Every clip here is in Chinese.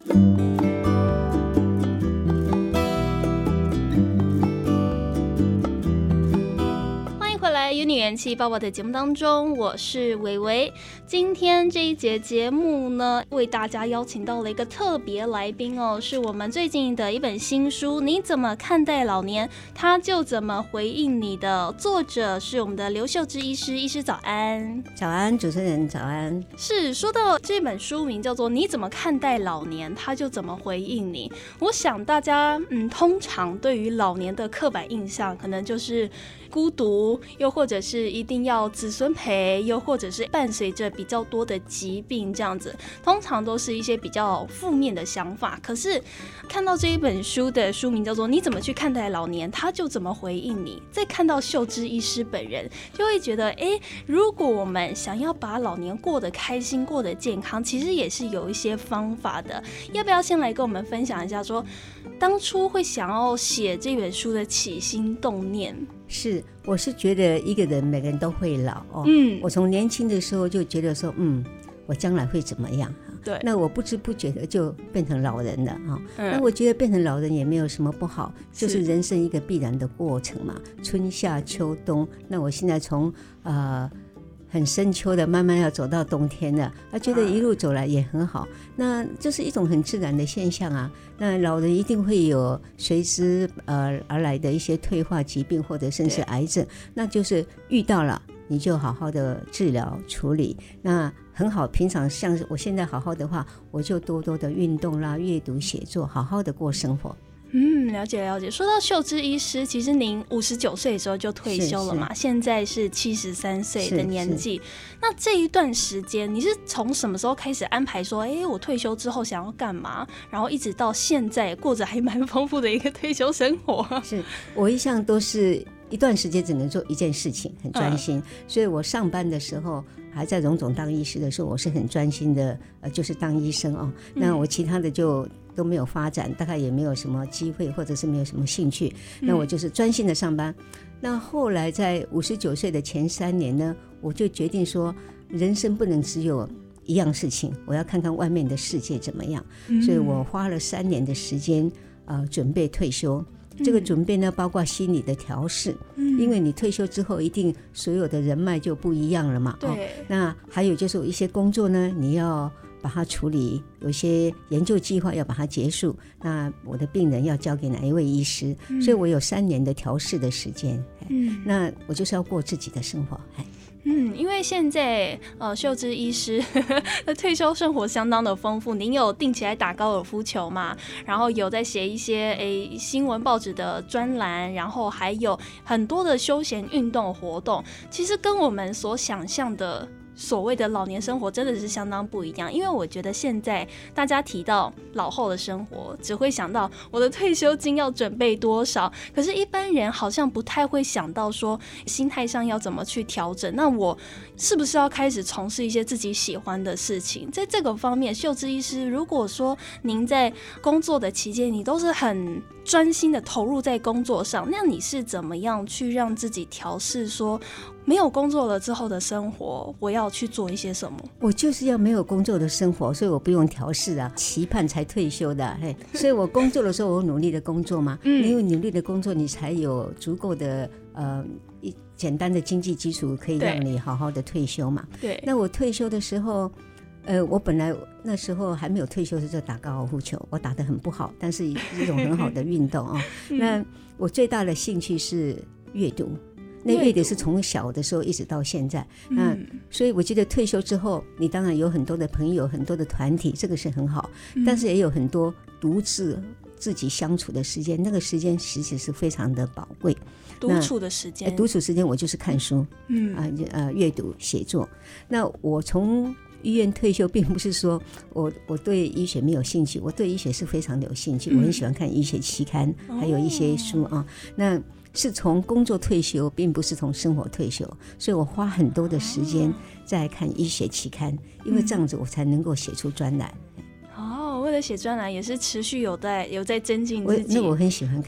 与你元气爆爆的节目当中，我是维维。今天这一节节目呢，为大家邀请到了一个特别来宾哦，是我们最近的一本新书《你怎么看待老年，他就怎么回应你》的作者是我们的刘秀芝医师。医师早安。 早安，主持人早安。 是，说到这本书名叫做《你怎么看待老年，他就怎么回应你》，我想大家通常对于老年的刻板印象可能就是孤独，又或者是一定要子孙陪，又或者是伴随着比较多的疾病，这样子通常都是一些比较负面的想法。可是看到这一本书的书名叫做《你怎么去看待老年，他就怎么回应你》，再看到秀芝医师本人，就会觉得如果我们想要把老年过得开心，过得健康，其实也是有一些方法的。要不要先来跟我们分享一下说当初会想要写这本书的起心动念？ 是，我是觉得一个人每个人都会老哦。我从年轻的时候就觉得说，我将来会怎么样？ 对， 那我不知不觉的就变成老人了哈。那我觉得变成老人也没有什么不好，就是人生一个必然的过程嘛，春夏秋冬。那我现在从很深秋的慢慢要走到冬天了，觉得一路走来也很好。那这是一种很自然的现象啊。那老人一定会有随之而来的一些退化疾病或者甚至癌症，那就是遇到了你就好好的治疗处理。那很好，平常像我现在好好的话，我就多多的运动啦、阅读、写作，好好的过生活。 了解了解。说到秀芝医师，其实您59岁的时候就退休了嘛，现在是73岁的年纪。那这一段时间，你是从什么时候开始安排说，我退休之后想要干嘛？然后一直到现在，过着还蛮丰富的一个退休生活。 是，我一向都是一段时间只能做一件事情，很专心。所以我上班的时候，还在荣总当医师的时候，我是很专心的，就是当医生哦。那我其他的就都没有发展，大概也没有什么机会，或者是没有什么兴趣。那我就是专心的上班。那后来在59岁的前3年呢，我就决定说，人生不能只有一样事情，我要看看外面的世界怎么样。所以我花了3年的时间准备退休。这个准备呢，包括心理的调试，因为你退休之后，一定所有的人脉就不一样了嘛。 对。 那还有就是有一些工作呢，你要把它处理，有些研究计划要把它结束，那我的病人要交给哪一位医师，所以我有3年的调试的时间。那我就是要过自己的生活。 因为现在秀芝医师的退休生活相当的丰富，您有定期来打高尔夫球嘛，然后有在写一些新闻报纸的专栏，然后还有很多的休闲运动活动，其实跟我们所想象的所谓的老年生活真的是相当不一样。因为我觉得现在大家提到老后的生活，只会想到我的退休金要准备多少，可是一般人好像不太会想到说心态上要怎么去调整，那我是不是要开始从事一些自己喜欢的事情。在这个方面，秀芝医师，如果说您在工作的期间你都是很专心的投入在工作上，那你是怎么样去让自己调试说没有工作了之后的生活我要去做一些什么？ 我就是要没有工作的生活，所以我不用调试啊，期盼才退休的。所以我工作的时候我努力的工作嘛，你有努力的工作，你才有足够的简单的经济基础可以让你好好的退休嘛。 对。 那我退休的时候我本来那时候还没有退休的时候打高尔夫球，我打得很不好，但是一种很好的运动啊。那我最大的兴趣是阅读，那阅读是从小的时候一直到现在。所以我觉得退休之后，你当然有很多的朋友，很多的团体，这个是很好，但是也有很多独自己相处的时间，那个时间其实是非常的宝贵。 独处的时间， 独处时间我就是看书，阅读、写作。那我从医院退休，并不是说我对医学没有兴趣，我对医学是非常的有兴趣，我很喜欢看医学期刊，还有一些书啊。那是从工作退休，并不是从生活退休，所以我花很多的时间在看医学期刊，因为这样子我才能够写出专栏。 为了写专栏也是持续有在增进自己。 那我很喜欢看。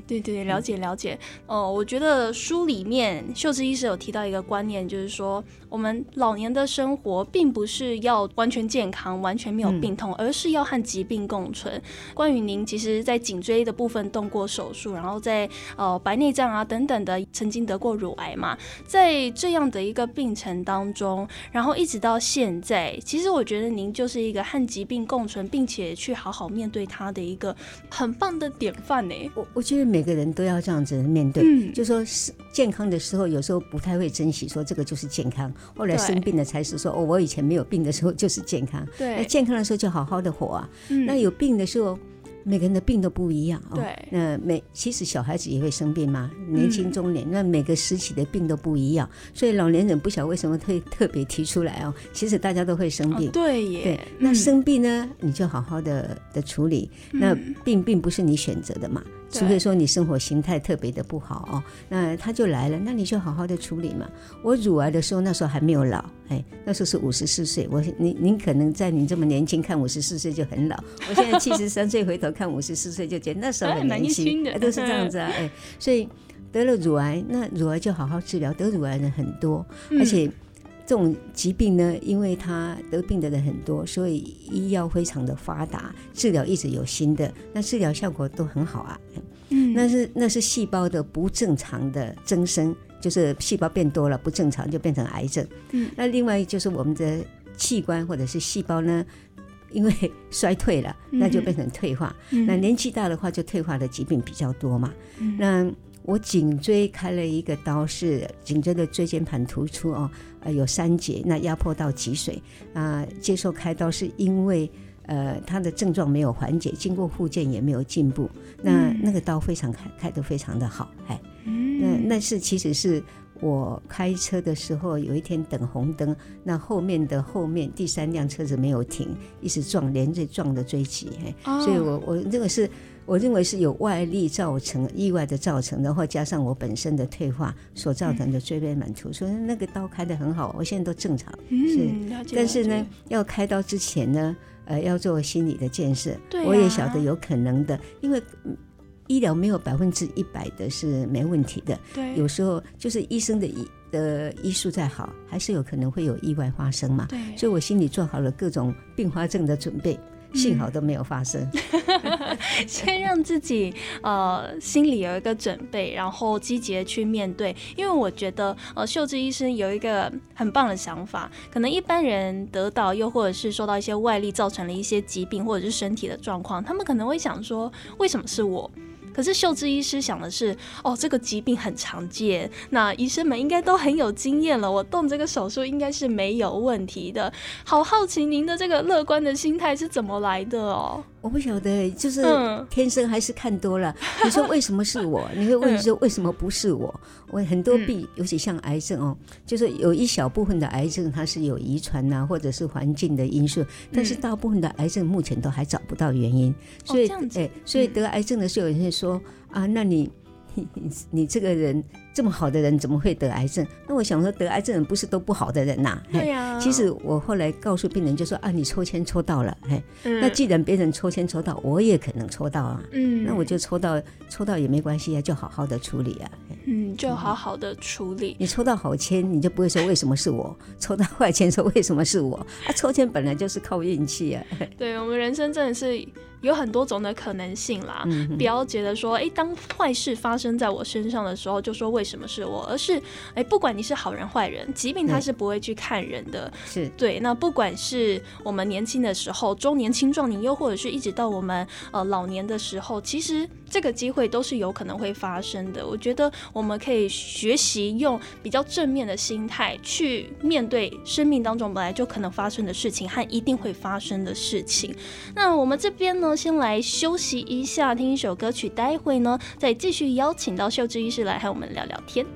对对，了解了解。我觉得书里面秀枝医师有提到一个观念，就是说我们老年的生活并不是要完全健康完全没有病痛，而是要和疾病共存。关于您其实在颈椎的部分动过手术，然后在白内障啊等等的曾经得过乳癌嘛，在这样的一个病程当中，然后一直到现在，其实我觉得您就是一个和疾病共存并且去好好面对它的一个很棒的典范耶。 我觉得每个人都要这样子面对，就说健康的时候有时候不太会珍惜说这个就是健康，后来生病了才是说我以前没有病的时候就是健康， 对， 那健康的时候就好好的活啊，那有病的时候每个人的病都不一样对， 那其实小孩子也会生病嘛，年轻中年，那每个时期的病都不一样，所以老年人不晓得为什么会特别提出来其实大家都会生病， 对耶， 对，那生病呢你就好好的处理，那病并不是你选择的嘛，除非说你生活形态特别的不好那他就来了，那你就好好的处理嘛。我乳癌的时候那时候还没有老，那时候是54岁，您可能在你这么年轻看54岁就很老，我现在73岁回头看54岁就觉得那时候很年轻的，都是这样子所以得了乳癌，那乳癌就好好治疗，得乳癌的人很多，而且这种疾病呢，因为他得病的人很多，所以医药非常的发达，治疗一直有新的，那治疗效果都很好啊。那是细胞的不正常的增生，就是细胞变多了不正常就变成癌症。那另外就是我们的器官或者是细胞呢，因为衰退了，那就变成退化。那年纪大的话，就退化的疾病比较多嘛。那我颈椎开了一个刀，是颈椎的椎间盘突出有3节，那压迫到脊髓接受开刀是因为他的症状没有缓解，经过复健也没有进步，那个刀非常开得非常的好，那是其实是我开车的时候有一天等红灯，那后面第3辆车子没有停，一直撞，连着撞的追击，所以我认为是有外力造成意外的造成，然后加上我本身的退化所造成的椎间盘突出，那个刀开得很好，我现在都正常。但是呢，要开刀之前呢要做心理的建设，我也晓得有可能的，因为医疗没有100%的是没问题的，对，有时候就是医生的医术再好，还是有可能会有意外发生嘛，对，所以我心里做好了各种并发症的准备，幸好都没有发生。 先让自己心里有一个准备，然后积极的去面对。因为我觉得秀枝医生有一个很棒的想法，可能一般人得到又或者是受到一些外力造成了一些疾病或者是身体的状况，他们可能会想说为什么是我？可是秀枝医师想的是这个疾病很常见，那医生们应该都很有经验了，我动这个手术应该是没有问题的。好好奇您的这个乐观的心态是怎么来的我不晓得，就是天生还是看多了。你说为什么是我？你会问说为什么不是我？我很多病，尤其像癌症就是有一小部分的癌症它是有遗传或者是环境的因素，但是大部分的癌症目前都还找不到原因。所以所以得癌症的时候有人会说那你这个人这么好的人怎么会得癌症？那我想说得癌症人不是都不好的人对呀。 其实我后来告诉病人就说你抽签抽到了那既然别人抽签抽到，我也可能抽到那我就抽到也没关系就好好的处理就好好的处理。 你抽到好签你就不会说为什么是我，抽到坏签说为什么是我抽签本来就是靠运气对，我们人生真的是有很多种的可能性啦，不要觉得说当坏事发生在我身上的时候就说为什么是我，而是不管你是好人坏人，疾病它是不会去看人的，是对。那不管是我们年轻的时候、中年、青壮年，又或者是一直到我们老年的时候，其实这个机会都是有可能会发生的。我觉得我们可以学习用比较正面的心态去面对生命当中本来就可能发生的事情和一定会发生的事情。那我们这边呢先来休息一下，听一首歌曲，待会呢再继续邀请到秀枝医师来和我们聊聊天。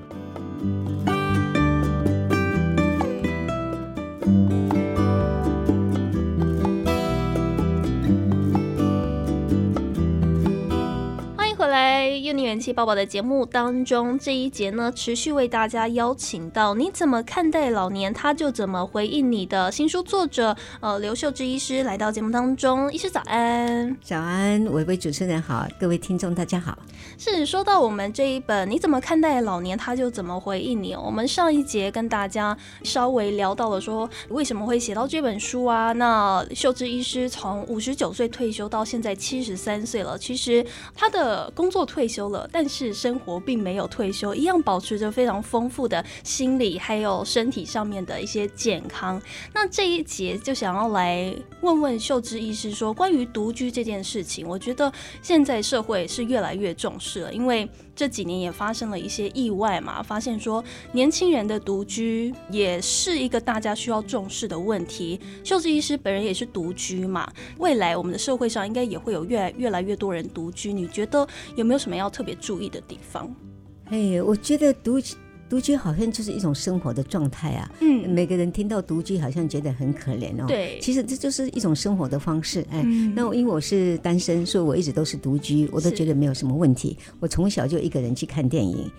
幼年元气宝宝的节目当中，这一节呢持续为大家邀请到你怎么看待老年他就怎么回应你的新书作者刘秀枝医师来到节目当中。医师早安。 早安，伟伟主持人好，各位听众大家好。 是，说到我们这一本你怎么看待老年他就怎么回应你，我们上一节跟大家稍微聊到了说为什么会写到这本书啊。那秀枝医师从59岁退休到现在73岁了，其实他的工作退休了，但是生活并没有退休，一样保持着非常丰富的心理还有身体上面的一些健康。那这一节就想要来问问秀枝医师说，关于独居这件事情，我觉得现在社会是越来越重视了，因为这几年也发生了一些意外嘛，发现说年轻人的独居也是一个大家需要重视的问题。秀枝医师本人也是独居嘛，未来我们的社会上应该也会有越来越多人独居，你觉得有没有什么要特别注意的地方？ 我觉得独居好像就是一种生活的状态啊。每个人听到独居好像觉得很可怜哦。 对， 其实这就是一种生活的方式。那因为我是单身，所以我一直都是独居，我都觉得没有什么问题。我从小就一个人去看电影。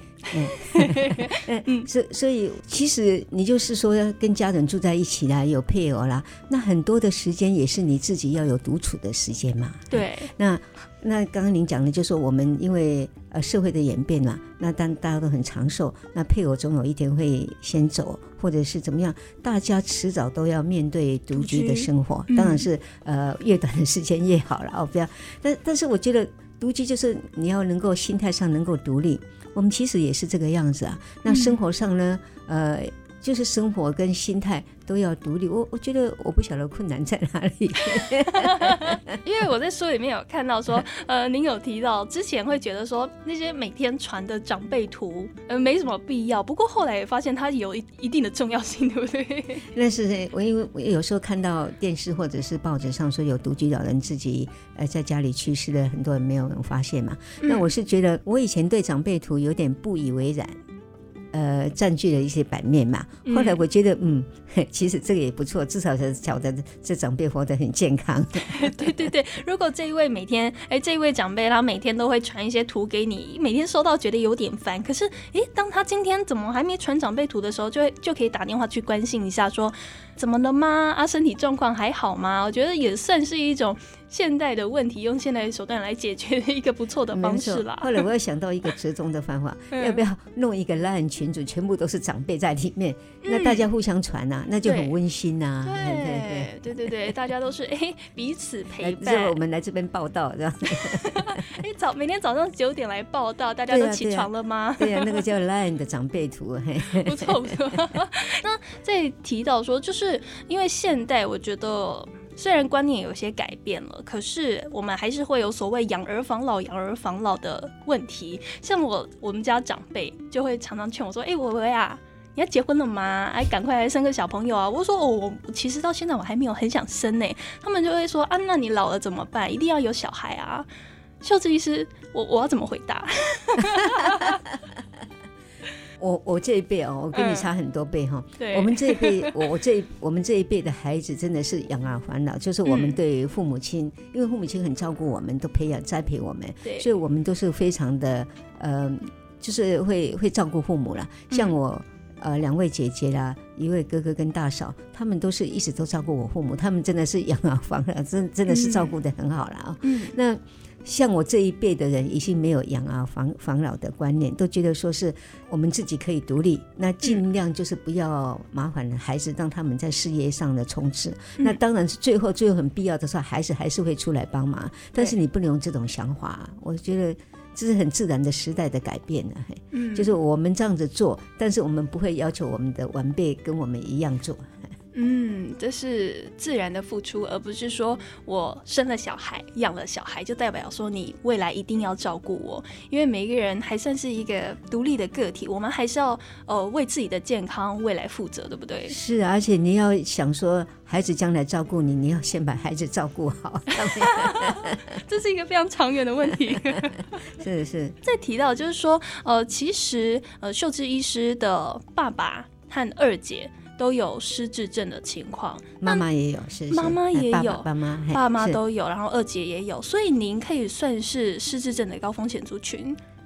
所以其实你就是说跟家人住在一起啦，有配偶啦，那很多的时间也是你自己要有独处的时间嘛。 对， 那刚刚您讲的就是说我们因为社会的演变嘛，那当大家都很长寿，那配偶总有一天会先走，或者是怎么样，大家迟早都要面对独居的生活。当然是越短的时间越好了不要。但是我觉得独居就是你要能够心态上能够独立，我们其实也是这个样子啊。那生活上呢就是生活跟心态都要独立。我觉得我不晓得困难在哪里。 因为我在书里面有看到说您有提到之前会觉得说那些每天传的长辈图没什么必要，不过后来也发现它有一定的重要性，对不对？那是因为我有时候看到电视或者是报纸上说有独居老人自己在家里去世了，很多人没有人发现嘛。那我是觉得我以前对长辈图有点不以为然，占据了一些版面嘛。后来我觉得其实这个也不错，至少是晓得这长辈活得很健康。 对对对，如果这一位每天这一位长辈他每天都会传一些图给你，每天收到觉得有点烦，可是当他今天怎么还没传长辈图的时候，就可以打电话去关心一下说怎么了吗？身体状况还好吗？我觉得也算是一种现代的问题用现代的手段来解决的一个不错的方式啦。 后来我又想到一个折中的方法要不要弄一个 LINE 群组，全部都是长辈在里面，那大家互相传那就很温馨啊。 对对对，大家都是彼此陪伴。 我们来这边报道这样每天早上9点来报道，大家都起床了吗？ 对啊，那个叫 LINE 的长辈图。 不错不错。那再提到说，就是因为现代我觉得虽然观念有些改变了，可是我们还是会有所谓养儿防老的问题。像我们家长辈就会常常劝我说伟伟啊，你要结婚了吗？赶快来生个小朋友啊！我说我其实到现在我还没有很想生呢。他们就会说那你老了怎么办？一定要有小孩啊！秀枝医师，我要怎么回答？ 我这一辈我跟你差很多辈对， 我们这一辈我们这一辈的孩子真的是养儿防老，就是我们对父母亲因为父母亲很照顾我们，都培养栽培我们，所以我们都是非常的就是会照顾父母啦。像我2位姐姐啦，一位哥哥跟大嫂，他们都是一直都照顾我父母，他们真的是养儿防老，真的是照顾得很好啦那像我这一辈的人已经没有养儿防老的观念，都觉得说是我们自己可以独立，那尽量就是不要麻烦孩子，让他们在事业上的冲刺。那当然是最后很必要的时候，孩子还是会出来帮忙，但是你不能用这种想法。我觉得这是很自然的时代的改变就是我们这样子做，但是我们不会要求我们的晚辈跟我们一样做。 这是自然的付出，而不是说我生了小孩养了小孩就代表说你未来一定要照顾我。因为每一个人还算是一个独立的个体，我们还是要为自己的健康未来负责，对不对？是啊，而且你要想说孩子将来照顾你，你要先把孩子照顾好这是一个非常长远的问题是再提到就是说其实秀枝医师的爸爸和二姐都有失智症的情况， 妈妈也有， 妈妈也有， 爸妈都有，然后二姐也有，所以您可以算是失智症的高风险族群。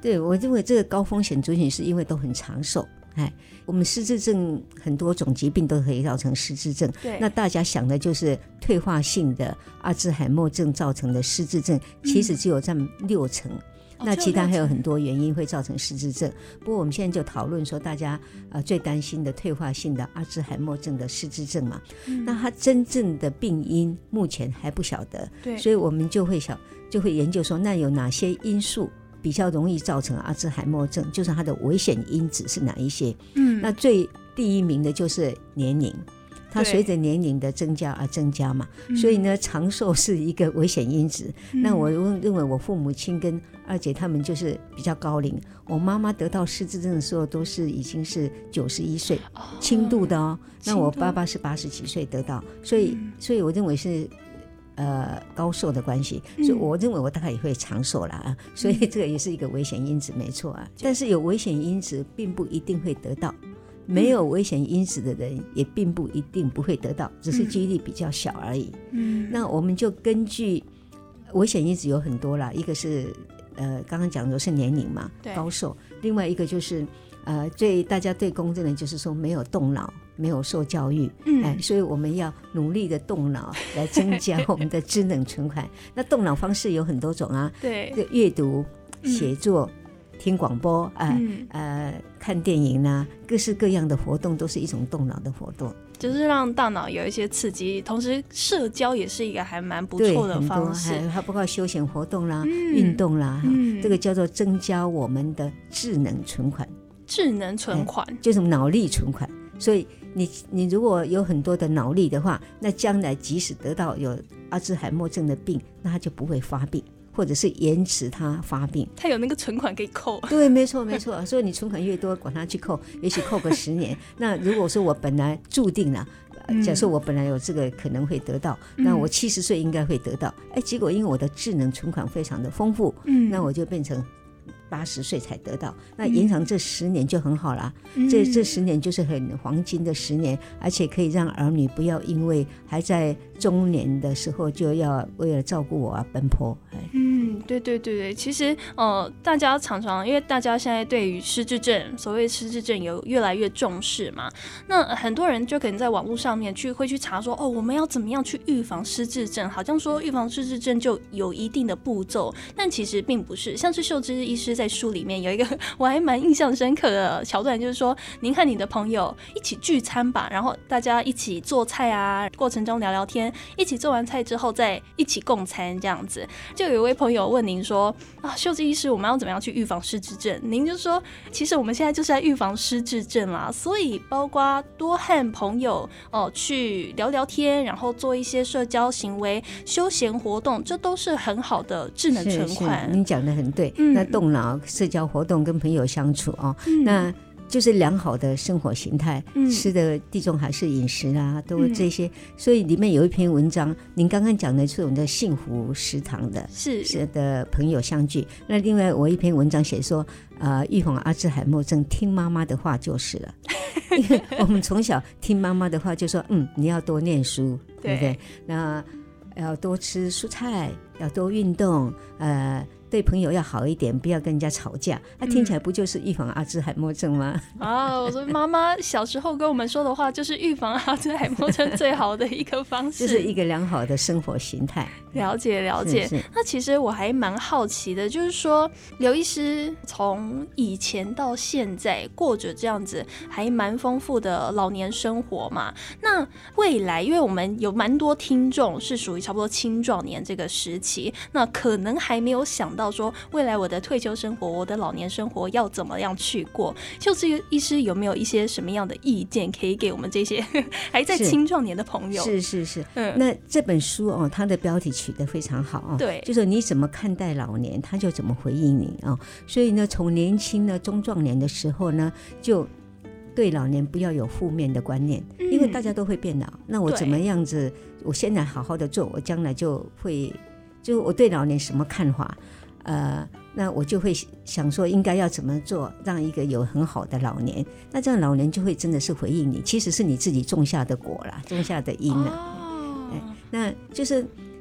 对，我认为这个高风险族群是因为都很长寿。我们失智症很多种疾病都可以造成失智症，那大家想的就是退化性的阿兹海默症造成的失智症，其实只有占60%，那其他还有很多原因会造成失智症。不过我们现在就讨论说大家最担心的退化性的阿兹海默症的失智症嘛，那它真正的病因目前还不晓得，所以我们就会研究说那有哪些因素比较容易造成阿兹海默症，就是它的危险因子是哪一些。那最第一名的就是年龄，它随着年龄的增加而增加嘛，所以呢长寿是一个危险因子。那我认为我父母亲跟二姐他们就是比较高龄，我妈妈得到失智症的时候都是已经是91岁，轻度的哦。那我爸爸是80几岁得到，所以我认为是高寿的关系，所以我认为我大概也会长寿啦所以这个也是一个危险因子，没错啊。但是有危险因子并不一定会得到，没有危险因子的人也并不一定不会得到，只是几率比较小而已。那我们就根据危险因子有很多啦，一个是刚刚讲的是年龄嘛，高寿，另外一个就是大家最公认的就是说没有动脑，没有受教育，所以我们要努力的动脑来增加我们的智能存款。那动脑方式有很多种啊，对，阅读、写作、听广播看电影啊，各式各样的活动都是一种动脑的活动， 就是让大脑有一些刺激，同时社交也是一个还蛮不错的方式。 对，还包括休闲活动啦、运动啦，这个叫做增加我们的智能存款。 智能存款就是脑力存款，所以你如果有很多的脑力的话，那将来即使得到有阿兹海默症的病，那他就不会发病，或者是延迟他发病， 他有那个存款可以扣。 对，没错没错。所以你存款越多，管他去扣，也许扣个10年。那如果说我本来注定了假设我本来有这个可能会得到，那我70岁应该会得到，结果因为我的智能存款非常的丰富，那我就变成80岁才得到，那延长这10年就很好了。这10年就是很黄金的10年，而且可以让儿女不要因为还在中年的时候就要为了照顾我奔波。 对对对对，其实大家常常因为大家现在对于失智症，所谓失智症有越来越重视嘛，那很多人就可能在网络上面会去查说我们要怎么样去预防失智症，好像说预防失智症就有一定的步骤，但其实并不是。像是秀芝医师在书里面有一个我还蛮印象深刻的桥段，就是说您和你的朋友一起聚餐吧，然后大家一起做菜啊，过程中聊聊天，一起做完菜之后再一起共餐这样子。就有一位朋友问您说秀芝医师，我们要怎么样去预防失智症？您就说其实我们现在就是在预防失智症啦，所以包括多和朋友去聊聊天，然后做一些社交行为、休闲活动，这都是很好的智能存款。 您讲得很对，那动脑、社交活动、跟朋友相处那就是良好的生活形态，吃的地中海式饮食啊，都这些。所以里面有一篇文章，您刚刚讲的是我们的幸福食堂的的朋友相聚。那另外我一篇文章写说预防阿兹海默症，听妈妈的话就是了。因为我们从小听妈妈的话，就说你要多念书，对不对？那要多吃蔬菜，要多运动，对朋友要好一点，不要跟人家吵架。听起来不就是预防阿兹海默症吗？ 我说妈妈小时候跟我们说的话，就是预防阿兹海默症最好的一个方式， 就是一个良好的生活形态。 了解了解。那其实我还蛮好奇的，就是说刘医师从以前到现在过着这样子还蛮丰富的老年生活嘛，那未来因为我们有蛮多听众是属于差不多青壮年这个时期，那可能还没有想到说未来我的退休生活，我的老年生活要怎么样去过。就是医师有没有一些什么样的意见可以给我们这些还在青壮年的朋友？是那这本书它的标题取得非常好对， 就是你怎么看待老年，他就怎么回应你所以呢，从年轻呢中壮年的时候呢，就对老年不要有负面的观念，因为大家都会变老，那我怎么样子，我现在好好的做，我将来就会，就我对老年什么看法，那我就会想说应该要怎么做，让一个有很好的老年，那这样老年就会真的是回应你，其实是你自己种下的果啦，种下的因啦那就是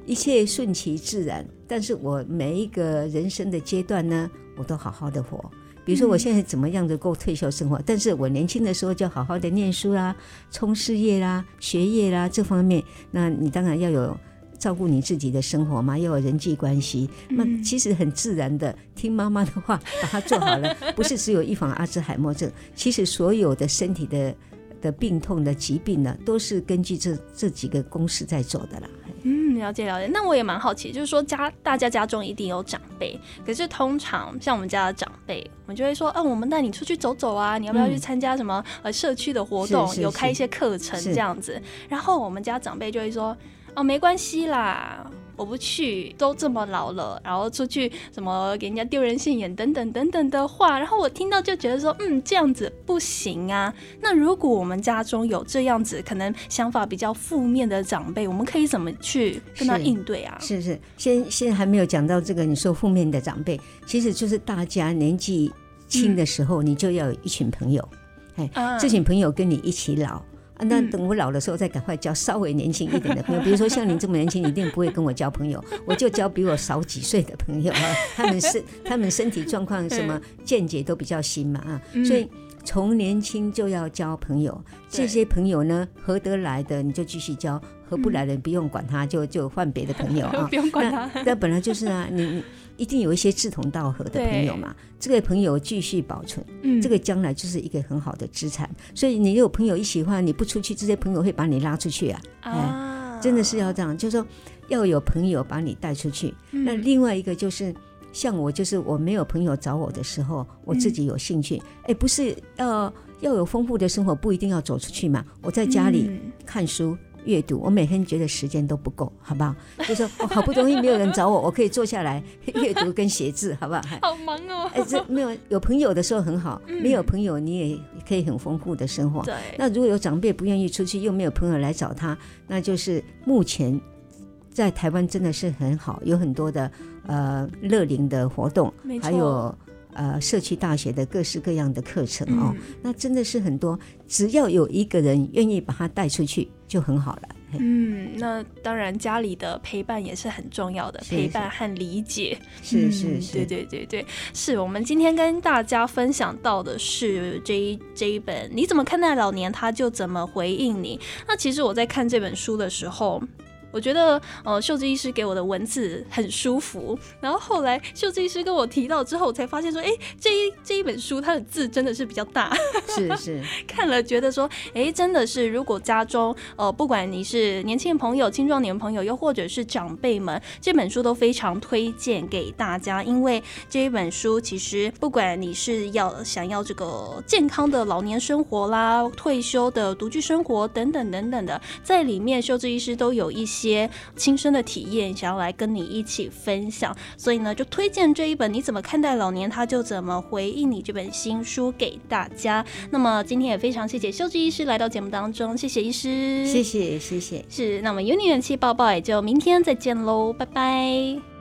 一切顺其自然，但是我每一个人生的阶段呢，我都好好的活。比如说我现在怎么样的过退休生活，但是我年轻的时候就好好的念书啦，冲事业啦，学业啦，这方面，那你当然要有照顾你自己的生活嘛，要有人际关系，那其实很自然的听妈妈的话把它做好了。不是只有预防阿兹海默症，其实所有的身体的病痛的疾病呢，都是根据这几个公式在走的啦。 了解了解。那我也蛮好奇，就是说大家家中一定有长辈，可是通常像我们家的长辈，我们就会说，我们带你出去走走啊，你要不要去参加什么社区的活动，有开一些课程这样子。然后我们家长辈就会说，没关系啦，我不去，都这么老了，然后出去什么给人家丢人现眼等等等等的话，然后我听到就觉得说，这样子不行啊。那如果我们家中有这样子可能想法比较负面的长辈，我们可以怎么去跟他应对啊？ 是，现在还没有讲到这个你说负面的长辈，其实就是大家年纪轻的时候，你就要有一群朋友，这群朋友跟你一起老。那等我老的时候再赶快交稍微年轻一点的朋友，比如说像你这么年轻，你一定不会跟我交朋友，我就交比我少几岁的朋友他们身体状况什么见解都比较新嘛所以从年轻就要交朋友，这些朋友呢合得来的你就继续交，合不来的不用管他，就换别的朋友不用管他。 那本来就是你一定有一些志同道合的朋友嘛，这个朋友继续保存，这个将来就是一个很好的资产。所以你有朋友一起的话，你不出去，这些朋友会把你拉出去真的是要这样，就是说要有朋友把你带出去。那另外一个就是像我，就是我没有朋友找我的时候，我自己有兴趣，不是要有丰富的生活，不一定要走出去嘛。我在家里看书阅读，我每天觉得时间都不够，好不好？就说我好不容易没有人找我，我可以坐下来阅读跟写字，好不好？ 好忙哦。 这没有朋友的时候很好，没有朋友你也可以很丰富的生活。 对。 那如果有长辈不愿意出去，又没有朋友来找他，那就是目前在台湾真的是很好，有很多的乐龄的活动，还有社区大学的各式各样的课程那真的是很多，只要有一个人愿意把他带出去就很好了。 那当然家里的陪伴也是很重要的，陪伴和理解。 是对，是我们今天跟大家分享到的是这一本你怎么看待老年他就怎么回应你。那其实我在看这本书的时候，我觉得秀智医师给我的文字很舒服，然后后来秀智医师跟我提到之后，我才发现说，这一本书它的字真的是比较大， 是看了觉得说，真的是如果家中不管你是年轻朋友、青壮年朋友，又或者是长辈们，这本书都非常推荐给大家，因为这一本书其实不管你是想要这个健康的老年生活啦、退休的独居生活等等等等的，在里面秀智医师都有一些亲身的体验想要来跟你一起分享，所以呢就推荐这一本你怎么看待老年他就怎么回应你这本新书给大家。那么今天也非常谢谢秀智医师来到节目当中，谢谢医师。 谢谢。 是，那么有你人气抱抱也就明天再见喽，拜拜。